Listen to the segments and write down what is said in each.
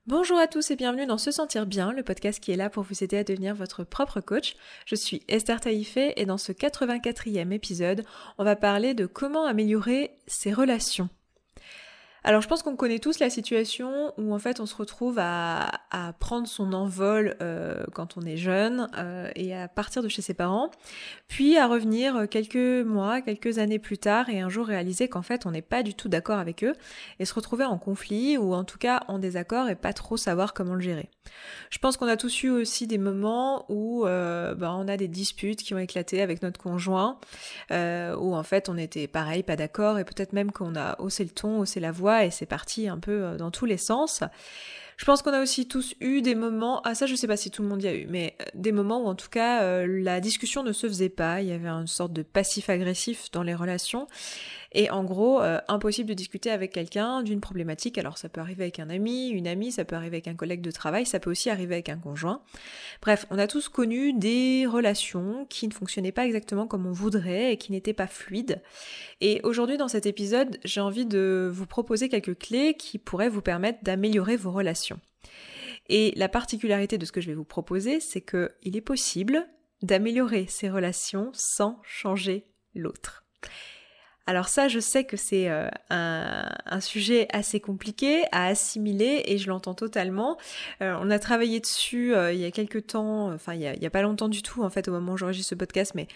Bonjour à tous et bienvenue dans Se Sentir Bien, le podcast qui est là pour vous aider à devenir votre propre coach. Je suis Esther Taïfé et dans ce 84e épisode, on va parler de comment améliorer ses relations. Alors je pense qu'on connaît tous la situation où en fait on se retrouve à prendre son envol quand on est jeune et à partir de chez ses parents, puis à revenir quelques mois, quelques années plus tard et un jour réaliser qu'en fait on n'est pas du tout d'accord avec eux et se retrouver en conflit ou en tout cas en désaccord et pas trop savoir comment le gérer. Je pense qu'on a tous eu aussi des moments où on a des disputes qui ont éclaté avec notre conjoint, où en fait on était pareil, pas d'accord, et peut-être même qu'on a haussé le ton, haussé la voix, et c'est parti un peu dans tous les sens. Je pense qu'on a aussi tous eu des moments, ça je sais pas si tout le monde y a eu, mais des moments où en tout cas la discussion ne se faisait pas, il y avait une sorte de passif-agressif dans les relations, et en gros, impossible de discuter avec quelqu'un d'une problématique. Alors ça peut arriver avec un ami, une amie, ça peut arriver avec un collègue de travail, ça peut aussi arriver avec un conjoint. Bref, on a tous connu des relations qui ne fonctionnaient pas exactement comme on voudrait et qui n'étaient pas fluides. Et aujourd'hui, dans cet épisode, j'ai envie de vous proposer quelques clés qui pourraient vous permettre d'améliorer vos relations. Et la particularité de ce que je vais vous proposer, c'est qu'il est possible d'améliorer ces relations sans changer l'autre. Alors ça, je sais que c'est un sujet assez compliqué à assimiler et je l'entends totalement. On a travaillé dessus il y a quelques temps, enfin il y a pas longtemps du tout en fait au moment où j'enregistre ce podcast, mais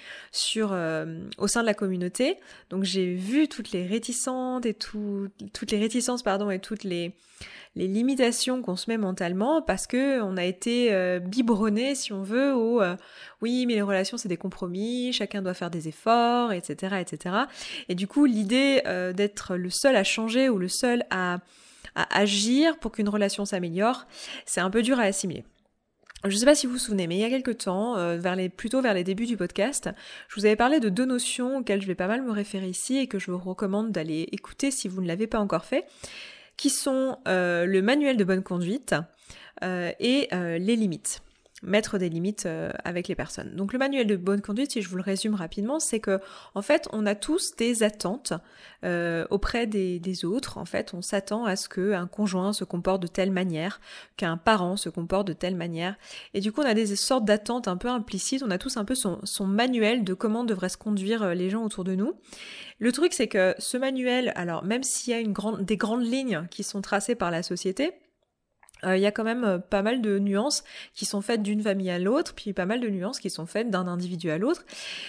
au sein de la communauté. Donc j'ai vu toutes les réticences et toutes les limitations qu'on se met mentalement parce que on a été biberonné, si on veut, au oui mais les relations c'est des compromis, chacun doit faire des efforts, etc. etc. Et du coup l'idée d'être le seul à changer ou le seul à agir pour qu'une relation s'améliore, c'est un peu dur à assimiler. Je ne sais pas si vous vous souvenez, mais il y a quelques temps, plutôt vers les débuts du podcast, je vous avais parlé de deux notions auxquelles je vais pas mal me référer ici et que je vous recommande d'aller écouter si vous ne l'avez pas encore fait, qui sont le manuel de bonne conduite et les limites. Mettre des limites avec les personnes. Donc le manuel de bonne conduite, si je vous le résume rapidement, c'est que en fait on a tous des attentes auprès des autres. En fait, on s'attend à ce qu'un conjoint se comporte de telle manière, qu'un parent se comporte de telle manière. Et du coup, on a des sortes d'attentes un peu implicites. On a tous un peu son manuel de comment devraient se conduire les gens autour de nous. Le truc, c'est que ce manuel, alors même s'il y a des grandes lignes qui sont tracées par la société, il y a quand même pas mal de nuances qui sont faites d'une famille à l'autre, puis pas mal de nuances qui sont faites d'un individu à l'autre.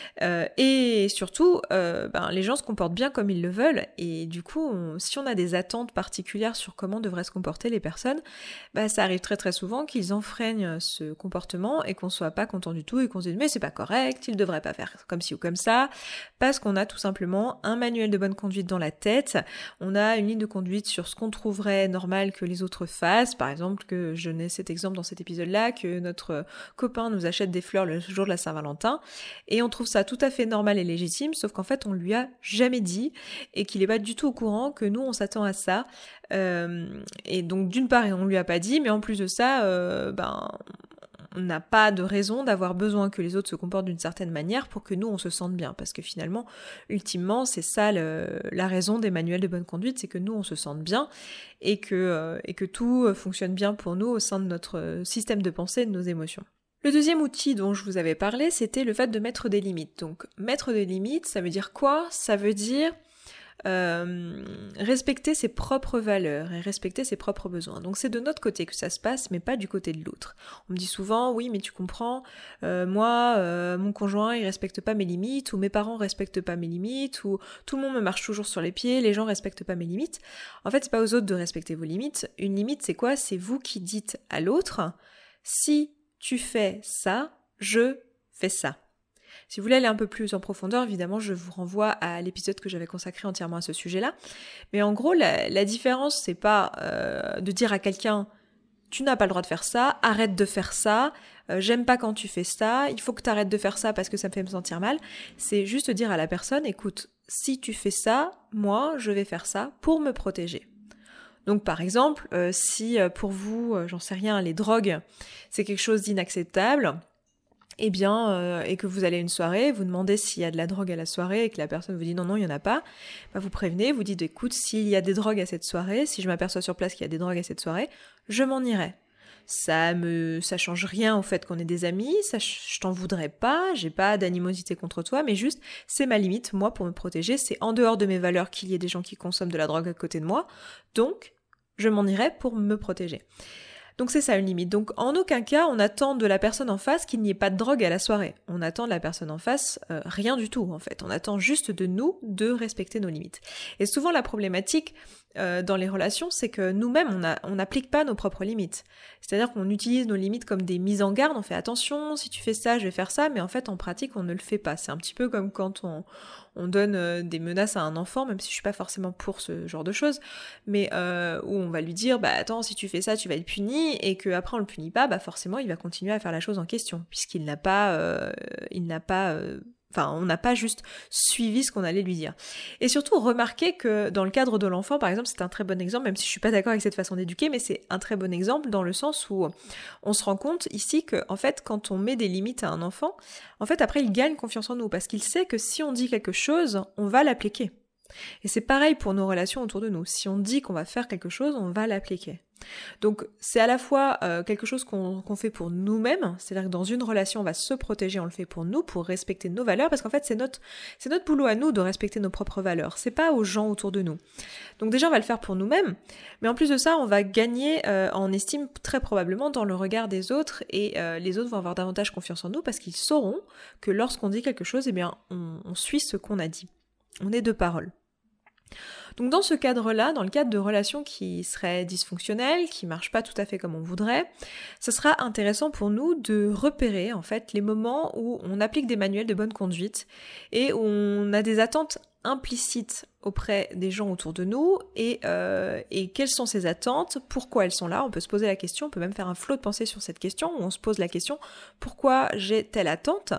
Et surtout, les gens se comportent bien comme ils le veulent, et du coup, si on a des attentes particulières sur comment devraient se comporter les personnes, ça arrive très très souvent qu'ils enfreignent ce comportement et qu'on soit pas content du tout et qu'on se dise mais c'est pas correct, ils devraient pas faire comme ci ou comme ça, parce qu'on a tout simplement un manuel de bonne conduite dans la tête, on a une ligne de conduite sur ce qu'on trouverait normal que les autres fassent, par exemple que je n'ai cet exemple dans cet épisode-là, que notre copain nous achète des fleurs le jour de la Saint-Valentin, et on trouve ça tout à fait normal et légitime, sauf qu'en fait on lui a jamais dit, et qu'il est pas du tout au courant que nous on s'attend à ça, et donc d'une part on lui a pas dit, mais en plus de ça, on n'a pas de raison d'avoir besoin que les autres se comportent d'une certaine manière pour que nous on se sente bien, parce que finalement, ultimement, c'est ça la raison des manuels de bonne conduite, c'est que nous on se sente bien et que tout fonctionne bien pour nous au sein de notre système de pensée et de nos émotions. Le deuxième outil dont je vous avais parlé, c'était le fait de mettre des limites. Donc mettre des limites, ça veut dire quoi ? Ça veut dire respecter ses propres valeurs et respecter ses propres besoins. Donc c'est de notre côté que ça se passe, mais pas du côté de l'autre. On me dit souvent, oui mais tu comprends, mon conjoint il respecte pas mes limites, ou mes parents respectent pas mes limites, ou tout le monde me marche toujours sur les pieds, les gens respectent pas mes limites. En fait c'est pas aux autres de respecter vos limites. Une limite c'est quoi ? C'est vous qui dites à l'autre, si tu fais ça, je fais ça. Si vous voulez aller un peu plus en profondeur, évidemment, je vous renvoie à l'épisode que j'avais consacré entièrement à ce sujet-là. Mais en gros, la différence, c'est pas de dire à quelqu'un « tu n'as pas le droit de faire ça, arrête de faire ça, j'aime pas quand tu fais ça, il faut que tu arrêtes de faire ça parce que ça me fait me sentir mal ». C'est juste dire à la personne « écoute, si tu fais ça, moi, je vais faire ça pour me protéger ». Donc par exemple, si pour vous, j'en sais rien, les drogues, c'est quelque chose d'inacceptable, et que vous allez à une soirée, vous demandez s'il y a de la drogue à la soirée et que la personne vous dit non, il n'y en a pas, vous prévenez, vous dites écoute, s'il y a des drogues à cette soirée, si je m'aperçois sur place qu'il y a des drogues à cette soirée, je m'en irai. Ça change rien au fait qu'on est des amis, je t'en voudrais pas, j'ai pas d'animosité contre toi, mais juste, c'est ma limite, moi, pour me protéger, c'est en dehors de mes valeurs qu'il y ait des gens qui consomment de la drogue à côté de moi, donc je m'en irai pour me protéger. Donc c'est ça une limite. Donc en aucun cas on attend de la personne en face qu'il n'y ait pas de drogue à la soirée. On attend de la personne en face rien du tout en fait. On attend juste de nous de respecter nos limites. Et souvent la problématique dans les relations, c'est que nous-mêmes on n'applique pas nos propres limites. C'est-à-dire qu'on utilise nos limites comme des mises en garde, on fait attention, si tu fais ça, je vais faire ça, mais en fait en pratique on ne le fait pas. C'est un petit peu comme quand on donne des menaces à un enfant, même si je suis pas forcément pour ce genre de choses, mais où on va lui dire attends, si tu fais ça tu vas être puni, et qu'après on le punit pas, forcément il va continuer à faire la chose en question, puisqu'il n'a pas on n'a pas juste suivi ce qu'on allait lui dire. Et surtout, remarquez que dans le cadre de l'enfant, par exemple, c'est un très bon exemple, même si je suis pas d'accord avec cette façon d'éduquer, mais c'est un très bon exemple dans le sens où on se rend compte ici que, en fait, quand on met des limites à un enfant, en fait, après, il gagne confiance en nous, parce qu'il sait que si on dit quelque chose, on va l'appliquer. Et c'est pareil pour nos relations autour de nous. Si on dit qu'on va faire quelque chose, on va l'appliquer. Donc c'est à la fois quelque chose qu'on fait pour nous-mêmes, c'est-à-dire que dans une relation on va se protéger, on le fait pour nous, pour respecter nos valeurs, parce qu'en fait c'est notre boulot à nous de respecter nos propres valeurs, c'est pas aux gens autour de nous. Donc déjà on va le faire pour nous-mêmes, mais en plus de ça on va gagner en estime très probablement dans le regard des autres, et les autres vont avoir davantage confiance en nous parce qu'ils sauront que lorsqu'on dit quelque chose, on suit ce qu'on a dit. On est de parole. Donc dans ce cadre-là, dans le cadre de relations qui seraient dysfonctionnelles, qui marchent pas tout à fait comme on voudrait, ce sera intéressant pour nous de repérer en fait les moments où on applique des manuels de bonne conduite et où on a des attentes implicites auprès des gens autour de nous, et quelles sont ces attentes, pourquoi elles sont là. On peut se poser la question, on peut même faire un flot de pensée sur cette question où on se pose la question pourquoi j'ai telle attente,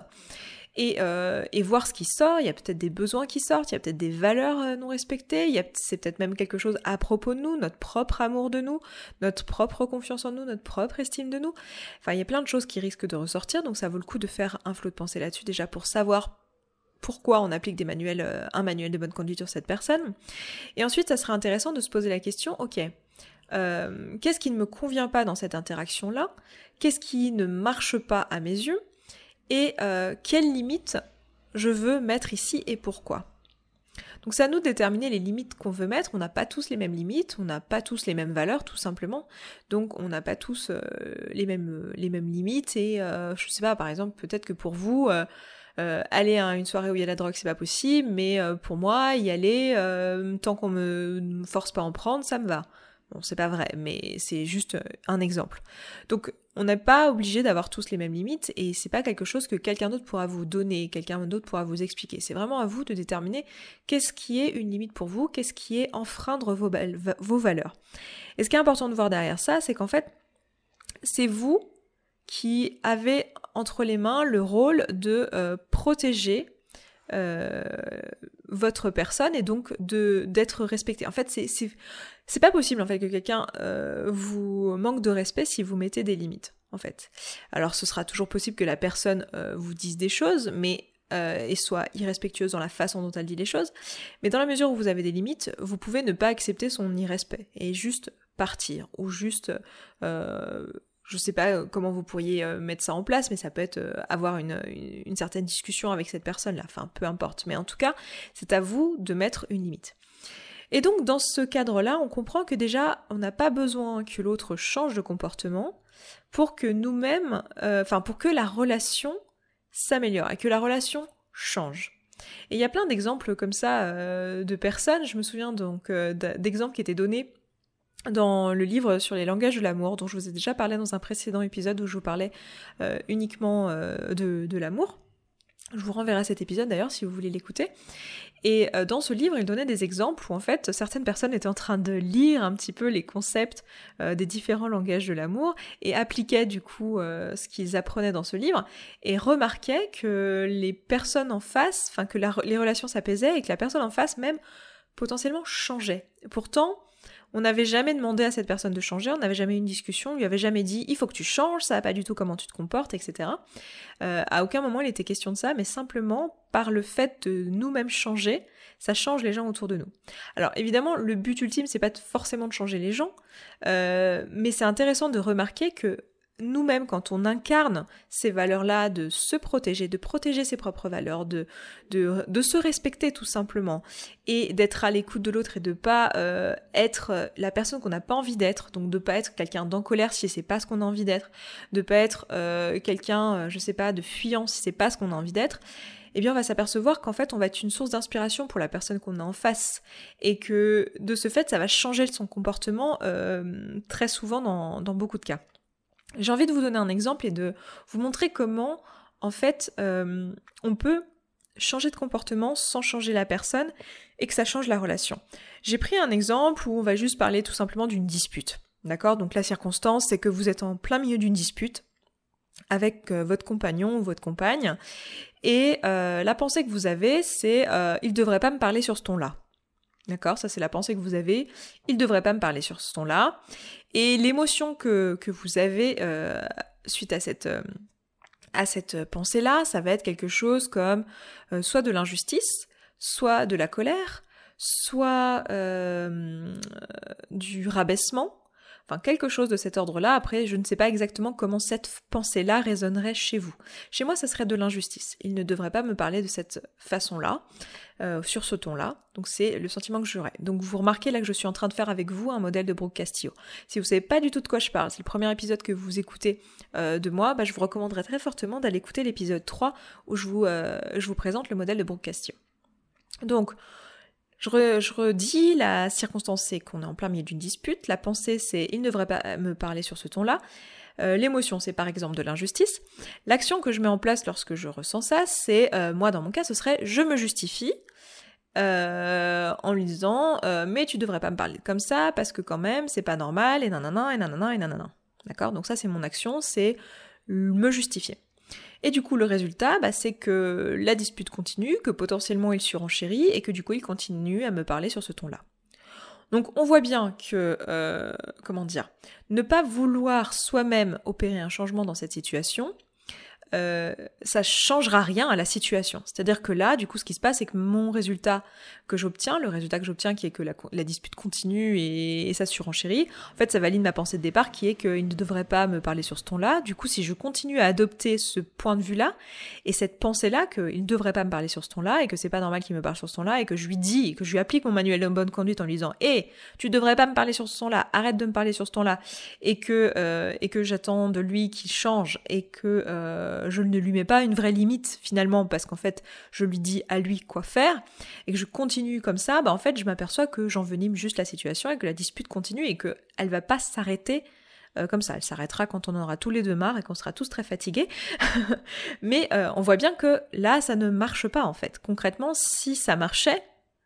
et voir ce qui sort. Il y a peut-être des besoins qui sortent, il y a peut-être des valeurs non respectées, c'est peut-être même quelque chose à propos de nous, notre propre amour de nous, notre propre confiance en nous, notre propre estime de nous. Enfin, il y a plein de choses qui risquent de ressortir, donc ça vaut le coup de faire un flot de pensée là-dessus déjà pour savoir pourquoi on applique un manuel de bonne conduite sur cette personne. Et ensuite, ça serait intéressant de se poser la question, ok, qu'est-ce qui ne me convient pas dans cette interaction-là ? Qu'est-ce qui ne marche pas à mes yeux ? Et quelles limites je veux mettre ici et pourquoi. Donc c'est à nous de déterminer les limites qu'on veut mettre. On n'a pas tous les mêmes limites, on n'a pas tous les mêmes valeurs tout simplement, donc on n'a pas tous les mêmes limites, et je sais pas, par exemple peut-être que pour vous aller à une soirée où il y a de la drogue c'est pas possible, mais pour moi y aller tant qu'on me force pas à en prendre ça me va. Bon, c'est pas vrai, mais c'est juste un exemple. Donc, on n'est pas obligé d'avoir tous les mêmes limites, et c'est pas quelque chose que quelqu'un d'autre pourra vous donner, quelqu'un d'autre pourra vous expliquer. C'est vraiment à vous de déterminer qu'est-ce qui est une limite pour vous, qu'est-ce qui est enfreindre vos valeurs. Et ce qui est important de voir derrière ça, c'est qu'en fait, c'est vous qui avez entre les mains le rôle de protéger votre personne, et donc d'être respecté. En fait, c'est pas possible en fait que quelqu'un vous manque de respect si vous mettez des limites, en fait. Alors ce sera toujours possible que la personne vous dise des choses, mais et soit irrespectueuse dans la façon dont elle dit les choses, mais dans la mesure où vous avez des limites, vous pouvez ne pas accepter son irrespect et juste partir, ou juste je sais pas comment vous pourriez mettre ça en place, mais ça peut être avoir une certaine discussion avec cette personne-là, enfin peu importe, mais en tout cas, c'est à vous de mettre une limite. Et donc dans ce cadre-là, on comprend que déjà, on n'a pas besoin que l'autre change de comportement pour que nous-mêmes, pour que la relation s'améliore et que la relation change. Et il y a plein d'exemples comme ça de personnes, je me souviens donc d'exemples qui étaient donnés dans le livre sur les langages de l'amour, dont je vous ai déjà parlé dans un précédent épisode où je vous parlais uniquement de l'amour. Je vous renverrai cet épisode d'ailleurs si vous voulez l'écouter. Et dans ce livre, il donnait des exemples où en fait certaines personnes étaient en train de lire un petit peu les concepts des différents langages de l'amour et appliquaient du coup ce qu'ils apprenaient dans ce livre, et remarquaient que les personnes en face, enfin que les relations s'apaisaient et que la personne en face même potentiellement changeait. Pourtant, On n'avait jamais demandé à cette personne de changer, on n'avait jamais eu une discussion, on lui avait jamais dit il faut que tu changes, ça va pas du tout comment tu te comportes, etc. À aucun moment il était question de ça, mais simplement par le fait de nous-mêmes changer, ça change les gens autour de nous. Alors évidemment, le but ultime, c'est pas forcément de changer les gens, mais c'est intéressant de remarquer que nous-mêmes, quand on incarne ces valeurs-là, de se protéger, de protéger ses propres valeurs, de se respecter tout simplement, et d'être à l'écoute de l'autre et de pas être la personne qu'on n'a pas envie d'être, donc de pas être quelqu'un d'en colère si c'est pas ce qu'on a envie d'être, de pas être quelqu'un, je sais pas, de fuyant si c'est pas ce qu'on a envie d'être, eh bien on va s'apercevoir qu'en fait on va être une source d'inspiration pour la personne qu'on a en face, et que de ce fait ça va changer son comportement très souvent dans beaucoup de cas. J'ai envie de vous donner un exemple et de vous montrer comment, en fait, on peut changer de comportement sans changer la personne et que ça change la relation. J'ai pris un exemple où on va juste parler tout simplement d'une dispute. D'accord ? Donc la circonstance, c'est que vous êtes en plein milieu d'une dispute avec votre compagnon ou votre compagne et la pensée que vous avez, c'est « il devrait pas me parler sur ce ton-là ». D'accord, ça c'est la pensée que vous avez. Il devrait pas me parler sur ce ton-là. Et l'émotion que vous avez suite à cette pensée-là, ça va être quelque chose comme soit de l'injustice, soit de la colère, soit du rabaissement. Enfin, quelque chose de cet ordre-là. Après, je ne sais pas exactement comment cette pensée-là résonnerait chez vous. Chez moi, ça serait de l'injustice. Il ne devrait pas me parler de cette façon-là, sur ce ton-là. Donc, c'est le sentiment que j'aurais. Donc, vous remarquez là que je suis en train de faire avec vous un modèle de Brooke Castillo. Si vous savez pas du tout de quoi je parle, c'est le premier épisode que vous écoutez de moi, je vous recommanderais très fortement d'aller écouter l'épisode 3 où je vous présente le modèle de Brooke Castillo. Donc, je redis, la circonstance c'est qu'on est en plein milieu d'une dispute, la pensée c'est « il ne devrait pas me parler sur ce ton-là », l'émotion c'est par exemple de l'injustice, l'action que je mets en place lorsque je ressens ça, c'est, moi dans mon cas ce serait « je me justifie », en lui disant mais tu devrais pas me parler comme ça parce que quand même c'est pas normal et nanana et nanana et nanana. D'accord ? Donc ça c'est mon action, c'est me justifier. Et du coup, le résultat, c'est que la dispute continue, que potentiellement il surenchérit et que du coup, il continue à me parler sur ce ton-là. Donc, on voit bien que, ne pas vouloir soi-même opérer un changement dans cette situation, ça changera rien à la situation. C'est-à-dire que là, du coup, ce qui se passe, c'est que mon résultat que j'obtiens, le résultat que j'obtiens qui est que la dispute continue et ça surenchérit, en fait, ça valide ma pensée de départ qui est qu'il ne devrait pas me parler sur ce ton-là. Du coup, si je continue à adopter ce point de vue-là et cette pensée-là qu'il ne devrait pas me parler sur ce ton-là et que c'est pas normal qu'il me parle sur ce ton-là et que je lui dis, que je lui applique mon manuel de bonne conduite en lui disant « Hé, tu devrais pas me parler sur ce ton-là, arrête de me parler sur ce ton-là » et que j'attends de lui qu'il change et que je ne lui mets pas une vraie limite finalement parce qu'en fait je lui dis à lui quoi faire et que je continue comme ça, en fait je m'aperçois que j'envenime juste la situation et que la dispute continue et qu'elle va pas s'arrêter comme ça. Elle s'arrêtera quand on en aura tous les deux marre et qu'on sera tous très fatigués. Mais on voit bien que là ça ne marche pas en fait. Concrètement, si ça marchait,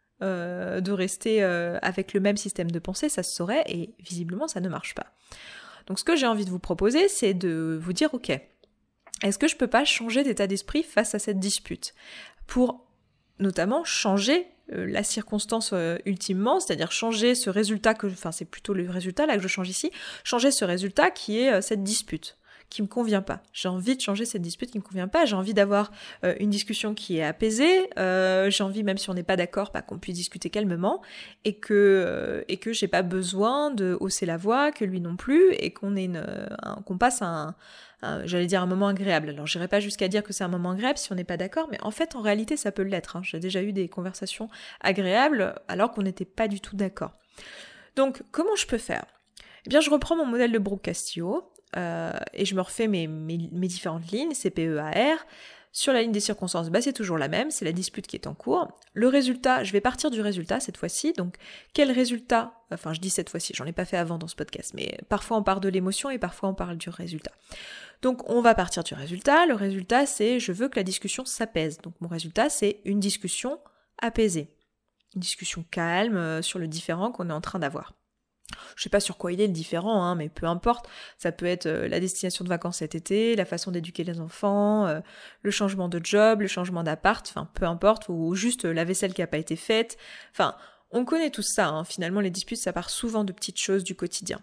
de rester avec le même système de pensée, ça se saurait et visiblement ça ne marche pas. Donc ce que j'ai envie de vous proposer, c'est de vous dire ok, est-ce que je peux pas changer d'état d'esprit face à cette dispute pour notamment changer la circonstance ultimement, c'est-à-dire changer ce résultat c'est plutôt le résultat là que je change ici, changer ce résultat qui est cette dispute qui me convient pas. J'ai envie de changer cette dispute qui me convient pas, j'ai envie d'avoir une discussion qui est apaisée, j'ai envie, même si on n'est pas d'accord, qu'on puisse discuter calmement et que j'ai pas besoin de hausser la voix, que lui non plus, et qu'on passe j'allais dire un moment agréable. Alors j'irai pas jusqu'à dire que c'est un moment agréable si on n'est pas d'accord, mais en fait en réalité ça peut l'être. J'ai déjà eu des conversations agréables alors qu'on n'était pas du tout d'accord. Donc comment je peux faire ? Eh bien je reprends mon modèle de Brooke Castillo et je me refais mes différentes lignes, CPEAR. Sur la ligne des circonstances, c'est toujours la même, c'est la dispute qui est en cours. Le résultat, je vais partir du résultat cette fois-ci, donc quel résultat, enfin je dis cette fois-ci, j'en ai pas fait avant dans ce podcast, mais parfois on part de l'émotion et parfois on parle du résultat. Donc on va partir du résultat, le résultat c'est je veux que la discussion s'apaise, donc mon résultat c'est une discussion apaisée, une discussion calme sur le différend qu'on est en train d'avoir. Je sais pas sur quoi il est le différent, mais peu importe, ça peut être la destination de vacances cet été, la façon d'éduquer les enfants, le changement de job, le changement d'appart, peu importe, ou juste la vaisselle qui a pas été faite, On connaît tous ça, hein. Finalement les disputes ça part souvent de petites choses du quotidien.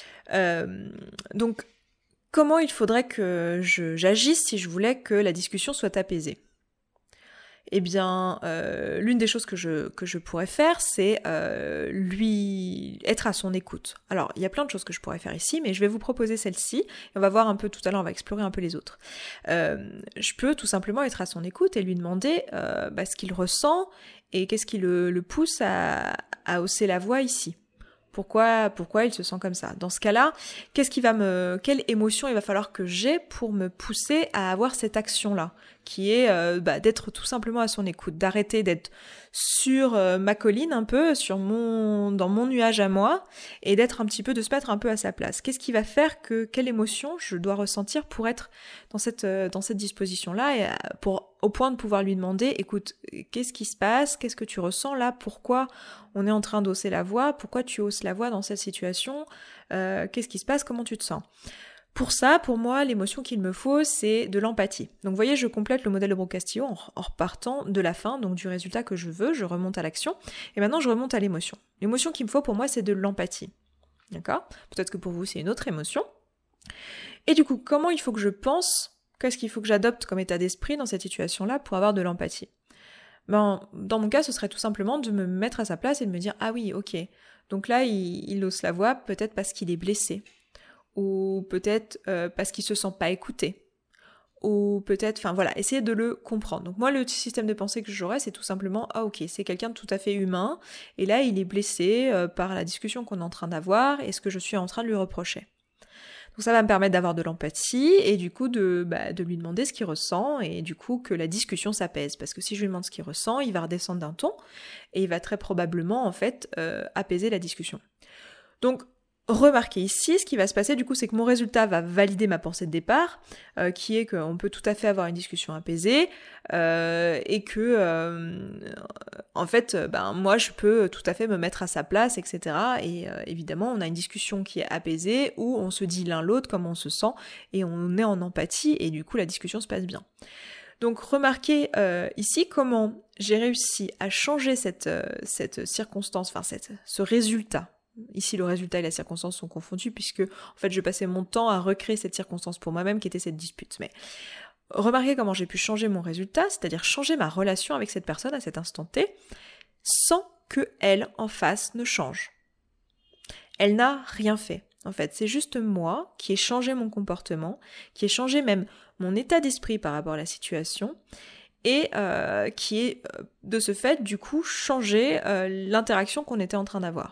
Donc comment il faudrait que j'agisse si je voulais que la discussion soit apaisée ? Eh bien, l'une des choses que je pourrais faire, c'est lui être à son écoute. Alors, il y a plein de choses que je pourrais faire ici, mais je vais vous proposer celle-ci, et on va voir un peu tout à l'heure, on va explorer un peu les autres. Je peux tout simplement être à son écoute et lui demander ce qu'il ressent et qu'est-ce qui le pousse à hausser la voix ici. Pourquoi il se sent comme ça ? Dans ce cas-là, quelle émotion il va falloir que j'ai pour me pousser à avoir cette action-là, qui est d'être tout simplement à son écoute, d'arrêter d'être sur ma colline un peu, dans mon nuage à moi, et de se mettre un peu à sa place. Qu'est-ce qui va faire quelle émotion je dois ressentir pour être dans cette disposition-là, et au point de pouvoir lui demander, écoute, qu'est-ce qui se passe ? Qu'est-ce que tu ressens là ? Pourquoi on est en train d'hausser la voix ? Pourquoi tu hausses la voix dans cette situation ? Qu'est-ce qui se passe ? Comment tu te sens ? Pour ça, pour moi, l'émotion qu'il me faut, c'est de l'empathie. Donc vous voyez, je complète le modèle de Brocastillo en repartant de la fin, donc du résultat que je veux, je remonte à l'action, et maintenant je remonte à l'émotion. L'émotion qu'il me faut pour moi, c'est de l'empathie. D'accord ? Peut-être que pour vous, c'est une autre émotion. Et du coup, comment il faut que je pense ? Qu'est-ce qu'il faut que j'adopte comme état d'esprit dans cette situation-là pour avoir de l'empathie ? Dans mon cas, ce serait tout simplement de me mettre à sa place et de me dire « Ah oui, ok, donc là, il hausse la voix peut-être parce qu'il est blessé. » Ou peut-être parce qu'il se sent pas écouté, ou peut-être, essayer de le comprendre. Donc moi, le système de pensée que j'aurais, c'est tout simplement, ah ok, c'est quelqu'un de tout à fait humain, et là, il est blessé par la discussion qu'on est en train d'avoir, et ce que je suis en train de lui reprocher. Donc ça va me permettre d'avoir de l'empathie, et du coup, de lui demander ce qu'il ressent, et du coup, que la discussion s'apaise. Parce que si je lui demande ce qu'il ressent, il va redescendre d'un ton, et il va très probablement, en fait, apaiser la discussion. Donc, remarquez ici, ce qui va se passer du coup, c'est que mon résultat va valider ma pensée de départ, qui est qu'on peut tout à fait avoir une discussion apaisée, et que, moi je peux tout à fait me mettre à sa place, etc. Et évidemment, on a une discussion qui est apaisée, où on se dit l'un l'autre comment on se sent, et on est en empathie, et du coup la discussion se passe bien. Donc remarquez ici comment j'ai réussi à changer cette circonstance, ce résultat. Ici, le résultat et la circonstance sont confondus puisque, en fait, je passais mon temps à recréer cette circonstance pour moi-même qui était cette dispute. Mais remarquez comment j'ai pu changer mon résultat, c'est-à-dire changer ma relation avec cette personne à cet instant T, sans que elle, en face, ne change. Elle n'a rien fait. En fait, c'est juste moi qui ai changé mon comportement, qui ai changé même mon état d'esprit par rapport à la situation, et qui est, de ce fait, du coup, changé l'interaction qu'on était en train d'avoir.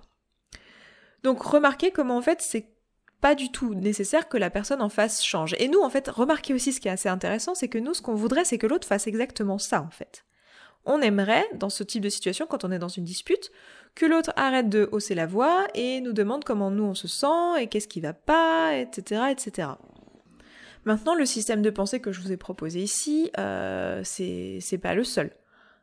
Donc remarquez comment en fait c'est pas du tout nécessaire que la personne en face change. Et nous en fait, remarquez aussi ce qui est assez intéressant, c'est que nous ce qu'on voudrait c'est que l'autre fasse exactement ça en fait. On aimerait, dans ce type de situation, quand on est dans une dispute, que l'autre arrête de hausser la voix et nous demande comment nous on se sent et qu'est-ce qui va pas, etc. etc. Maintenant, le système de pensée que je vous ai proposé ici, c'est pas le seul. D'accord ?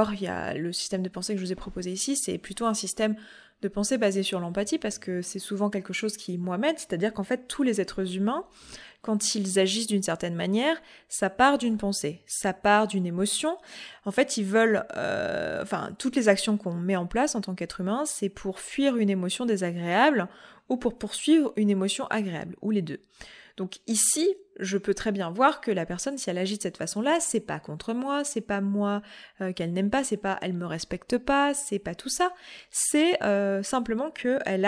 Il y a le système de pensée que je vous ai proposé ici, c'est plutôt un système de pensée basé sur l'empathie parce que c'est souvent quelque chose qui, moi, m'aide, c'est-à-dire qu'en fait, tous les êtres humains, quand ils agissent d'une certaine manière, ça part d'une pensée, ça part d'une émotion. En fait, ils veulent... toutes les actions qu'on met en place en tant qu'être humain, c'est pour fuir une émotion désagréable ou pour poursuivre une émotion agréable, ou les deux. Donc ici, je peux très bien voir que la personne, si elle agit de cette façon-là, c'est pas contre moi, c'est pas moi qu'elle n'aime pas, c'est pas elle me respecte pas, c'est pas tout ça. C'est simplement que elle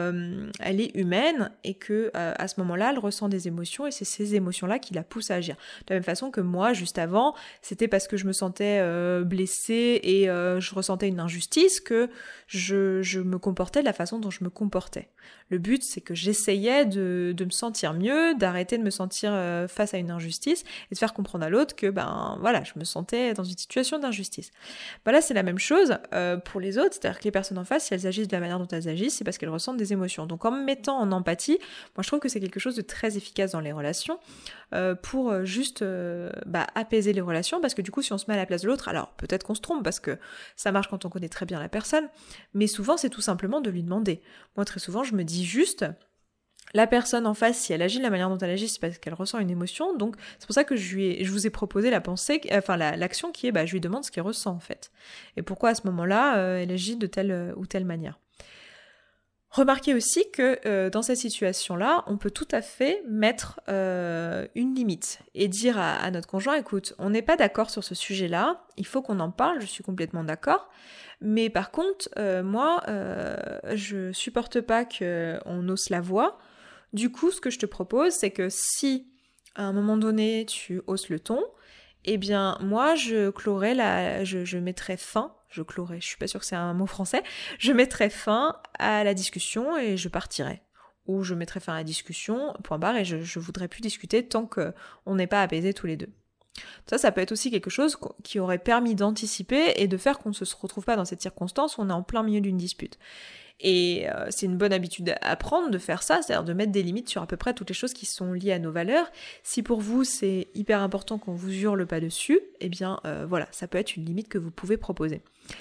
est humaine et que à ce moment-là, elle ressent des émotions et c'est ces émotions-là qui la poussent à agir. De la même façon que moi, juste avant, c'était parce que je me sentais blessée et je ressentais une injustice que je me comportais de la façon dont je me comportais. Le but, c'est que j'essayais de me sentir mieux, d'arrêter de me sentir face à une injustice et de faire comprendre à l'autre que je me sentais dans une situation d'injustice. Là c'est la même chose pour les autres, c'est-à-dire que les personnes en face, si elles agissent de la manière dont elles agissent, c'est parce qu'elles ressentent des émotions. Donc en me mettant en empathie, moi je trouve que c'est quelque chose de très efficace dans les relations pour juste apaiser les relations, parce que du coup si on se met à la place de l'autre, alors peut-être qu'on se trompe parce que ça marche quand on connaît très bien la personne, mais souvent c'est tout simplement de lui demander. Moi très souvent je me dis juste... La personne en face, si elle agit de la manière dont elle agit, c'est parce qu'elle ressent une émotion. Donc, c'est pour ça que je vous ai proposé l'action qui est, je lui demande ce qu'elle ressent en fait. Et pourquoi à ce moment-là, elle agit de telle ou telle manière. Remarquez aussi que dans cette situation-là, on peut tout à fait mettre une limite et dire à notre conjoint, écoute, on n'est pas d'accord sur ce sujet-là, il faut qu'on en parle, je suis complètement d'accord, mais par contre, moi, je supporte pas qu'on hausse la voix. Du coup, ce que je te propose, c'est que si à un moment donné, tu hausses le ton, eh bien, moi, je mettrai fin, je suis pas sûre que c'est un mot français, je mettrai fin à la discussion et je partirai. Ou je mettrai fin à la discussion, point barre, et je voudrais plus discuter tant qu'on n'est pas apaisés tous les deux. Ça peut être aussi quelque chose qui aurait permis d'anticiper et de faire qu'on ne se retrouve pas dans cette circonstance où on est en plein milieu d'une dispute. Et c'est une bonne habitude à prendre de faire ça, c'est-à-dire de mettre des limites sur à peu près toutes les choses qui sont liées à nos valeurs. Si pour vous c'est hyper important qu'on vous hurle pas dessus, eh bien voilà, ça peut être une limite que vous pouvez proposer.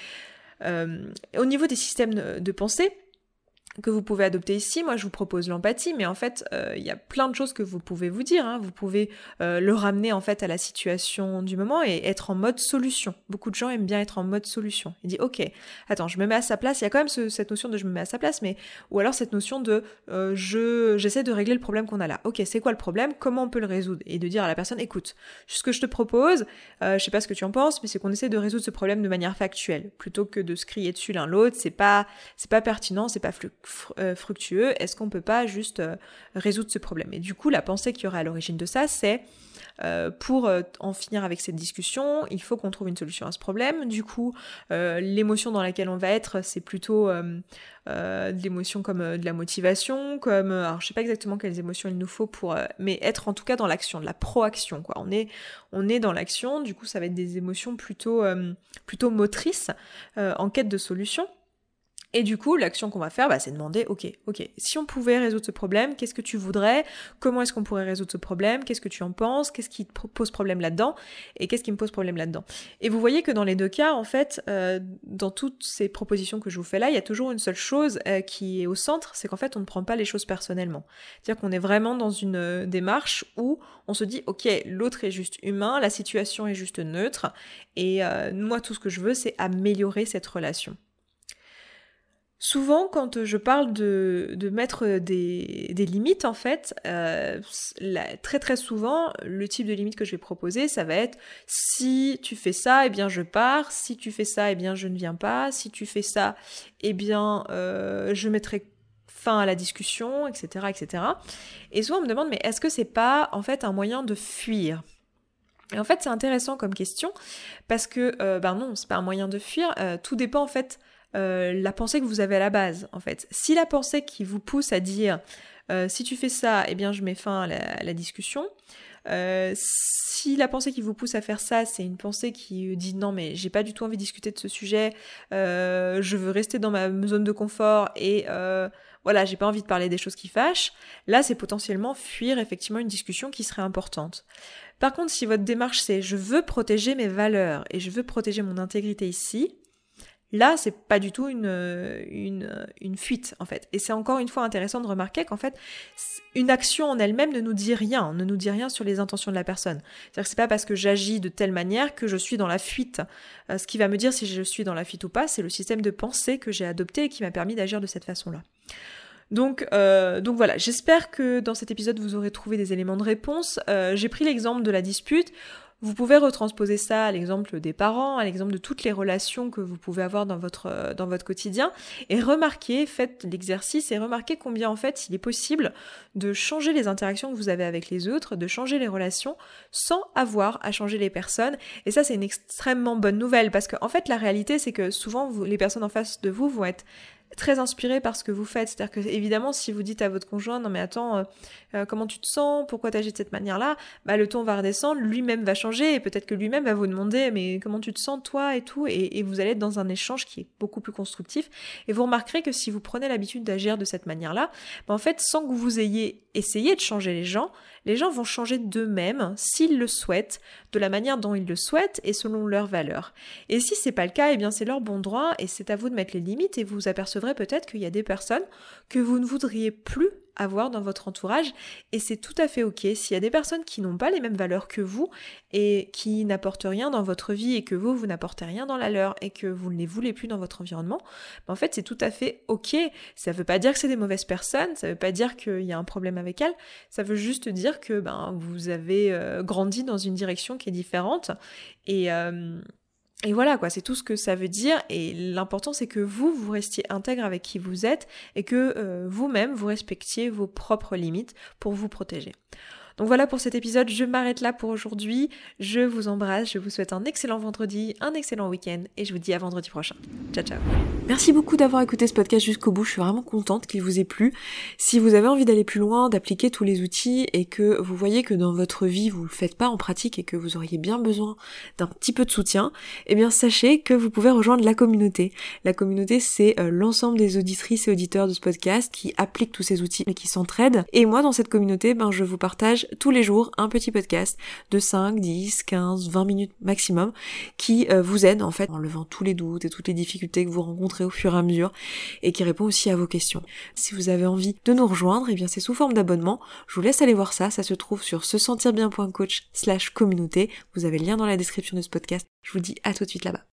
Au niveau des systèmes de pensée que vous pouvez adopter ici, moi je vous propose l'empathie, mais en fait il y a plein de choses que vous pouvez vous dire, hein. Vous pouvez le ramener en fait à la situation du moment et être en mode solution. Beaucoup de gens aiment bien être en mode solution. Ils disent ok, attends, je me mets à sa place, il y a quand même cette notion de je me mets à sa place, mais ou alors cette notion de j'essaie de régler le problème qu'on a là. Ok, c'est quoi le problème, comment on peut le résoudre? Et de dire à la personne, écoute, ce que je te propose, je sais pas ce que tu en penses, mais c'est qu'on essaie de résoudre ce problème de manière factuelle, plutôt que de se crier dessus l'un l'autre, c'est pas pertinent, c'est pas fructueux, est-ce qu'on peut pas juste résoudre ce problème? Et du coup, la pensée qui aurait à l'origine de ça, c'est pour en finir avec cette discussion, il faut qu'on trouve une solution à ce problème. Du coup, l'émotion dans laquelle on va être, c'est plutôt de l'émotion comme de la motivation, comme alors je sais pas exactement quelles émotions il nous faut mais être en tout cas dans l'action, de la proaction, quoi. On est dans l'action, du coup ça va être des émotions plutôt motrices, en quête de solution. Et du coup, l'action qu'on va faire, c'est demander, ok, si on pouvait résoudre ce problème, qu'est-ce que tu voudrais? Comment est-ce qu'on pourrait résoudre ce problème? Qu'est-ce que tu en penses? Qu'est-ce qui te pose problème là-dedans? Et qu'est-ce qui me pose problème là-dedans? Et vous voyez que dans les deux cas, en fait, dans toutes ces propositions que je vous fais là, il y a toujours une seule chose qui est au centre, c'est qu'en fait, on ne prend pas les choses personnellement. C'est-à-dire qu'on est vraiment dans une démarche où on se dit, ok, l'autre est juste humain, la situation est juste neutre, et moi, tout ce que je veux, c'est améliorer cette relation. Souvent, quand je parle de mettre des limites, en fait, très très souvent, le type de limite que je vais proposer, ça va être si tu fais ça, eh bien je pars, si tu fais ça, eh bien je ne viens pas, si tu fais ça, eh bien je mettrai fin à la discussion, etc., etc. Et souvent on me demande, mais est-ce que c'est pas en fait un moyen de fuir ? Et en fait, c'est intéressant comme question, parce que, non, c'est pas un moyen de fuir, tout dépend en fait la pensée que vous avez à la base, en fait. Si la pensée qui vous pousse à dire si tu fais ça, eh bien je mets fin à la discussion. Si la pensée qui vous pousse à faire ça, c'est une pensée qui dit non mais j'ai pas du tout envie de discuter de ce sujet, je veux rester dans ma zone de confort et voilà, j'ai pas envie de parler des choses qui fâchent, là c'est potentiellement fuir effectivement une discussion qui serait importante. Par contre, si votre démarche c'est je veux protéger mes valeurs et je veux protéger mon intégrité ici, là, c'est pas du tout une fuite, en fait. Et c'est encore une fois intéressant de remarquer qu'en fait, une action en elle-même ne nous dit rien sur les intentions de la personne. C'est-à-dire que c'est pas parce que j'agis de telle manière que je suis dans la fuite. Ce qui va me dire si je suis dans la fuite ou pas, c'est le système de pensée que j'ai adopté et qui m'a permis d'agir de cette façon-là. Donc voilà, j'espère que dans cet épisode, vous aurez trouvé des éléments de réponse. J'ai pris l'exemple de la dispute. Vous pouvez retransposer ça à l'exemple des parents, à l'exemple de toutes les relations que vous pouvez avoir dans votre quotidien et faites l'exercice et remarquez combien en fait il est possible de changer les interactions que vous avez avec les autres, de changer les relations sans avoir à changer les personnes. Et ça, c'est une extrêmement bonne nouvelle parce que en fait, la réalité, c'est que souvent, les personnes en face de vous vont être très inspiré par ce que vous faites. C'est-à-dire que, évidemment, si vous dites à votre conjoint, non mais attends, comment tu te sens, pourquoi tu agis de cette manière-là, le ton va redescendre, lui-même va changer et peut-être que lui-même va vous demander, mais comment tu te sens toi et tout, et vous allez être dans un échange qui est beaucoup plus constructif. Et vous remarquerez que si vous prenez l'habitude d'agir de cette manière-là, en fait, sans que vous ayez essayé de changer les gens vont changer d'eux-mêmes, s'ils le souhaitent, de la manière dont ils le souhaitent et selon leurs valeurs. Et si c'est pas le cas, eh bien c'est leur bon droit et c'est à vous de mettre les limites et vous apercevrez faudrait peut-être qu'il y a des personnes que vous ne voudriez plus avoir dans votre entourage, et c'est tout à fait ok. S'il y a des personnes qui n'ont pas les mêmes valeurs que vous et qui n'apportent rien dans votre vie et que vous n'apportez rien dans la leur et que vous ne les voulez plus dans votre environnement, en fait c'est tout à fait ok. Ça veut pas dire que c'est des mauvaises personnes, ça veut pas dire qu'il y a un problème avec elles, ça veut juste dire que vous avez grandi dans une direction qui est différente et voilà quoi, c'est tout ce que ça veut dire, et l'important c'est que vous restiez intègre avec qui vous êtes et que vous-même vous respectiez vos propres limites pour vous protéger. Donc voilà pour cet épisode, je m'arrête là pour aujourd'hui, je vous embrasse, je vous souhaite un excellent vendredi, un excellent week-end et je vous dis à vendredi prochain. Ciao ciao. Merci beaucoup d'avoir écouté ce podcast jusqu'au bout, je suis vraiment contente qu'il vous ait plu. Si vous avez envie d'aller plus loin, d'appliquer tous les outils et que vous voyez que dans votre vie vous le faites pas en pratique et que vous auriez bien besoin d'un petit peu de soutien, eh bien sachez que vous pouvez rejoindre la communauté. La communauté c'est l'ensemble des auditrices et auditeurs de ce podcast qui appliquent tous ces outils et qui s'entraident. Et moi dans cette communauté, je vous partage tous les jours un petit podcast de 5, 10, 15, 20 minutes maximum qui vous aide en fait en levant tous les doutes et toutes les difficultés que vous rencontrez au fur et à mesure et qui répond aussi à vos questions. Si vous avez envie de nous rejoindre, eh bien c'est sous forme d'abonnement. Je vous laisse aller voir ça se trouve sur sesentirbien.coach/communauté. Vous avez le lien dans la description de ce podcast. Je vous dis à tout de suite là-bas.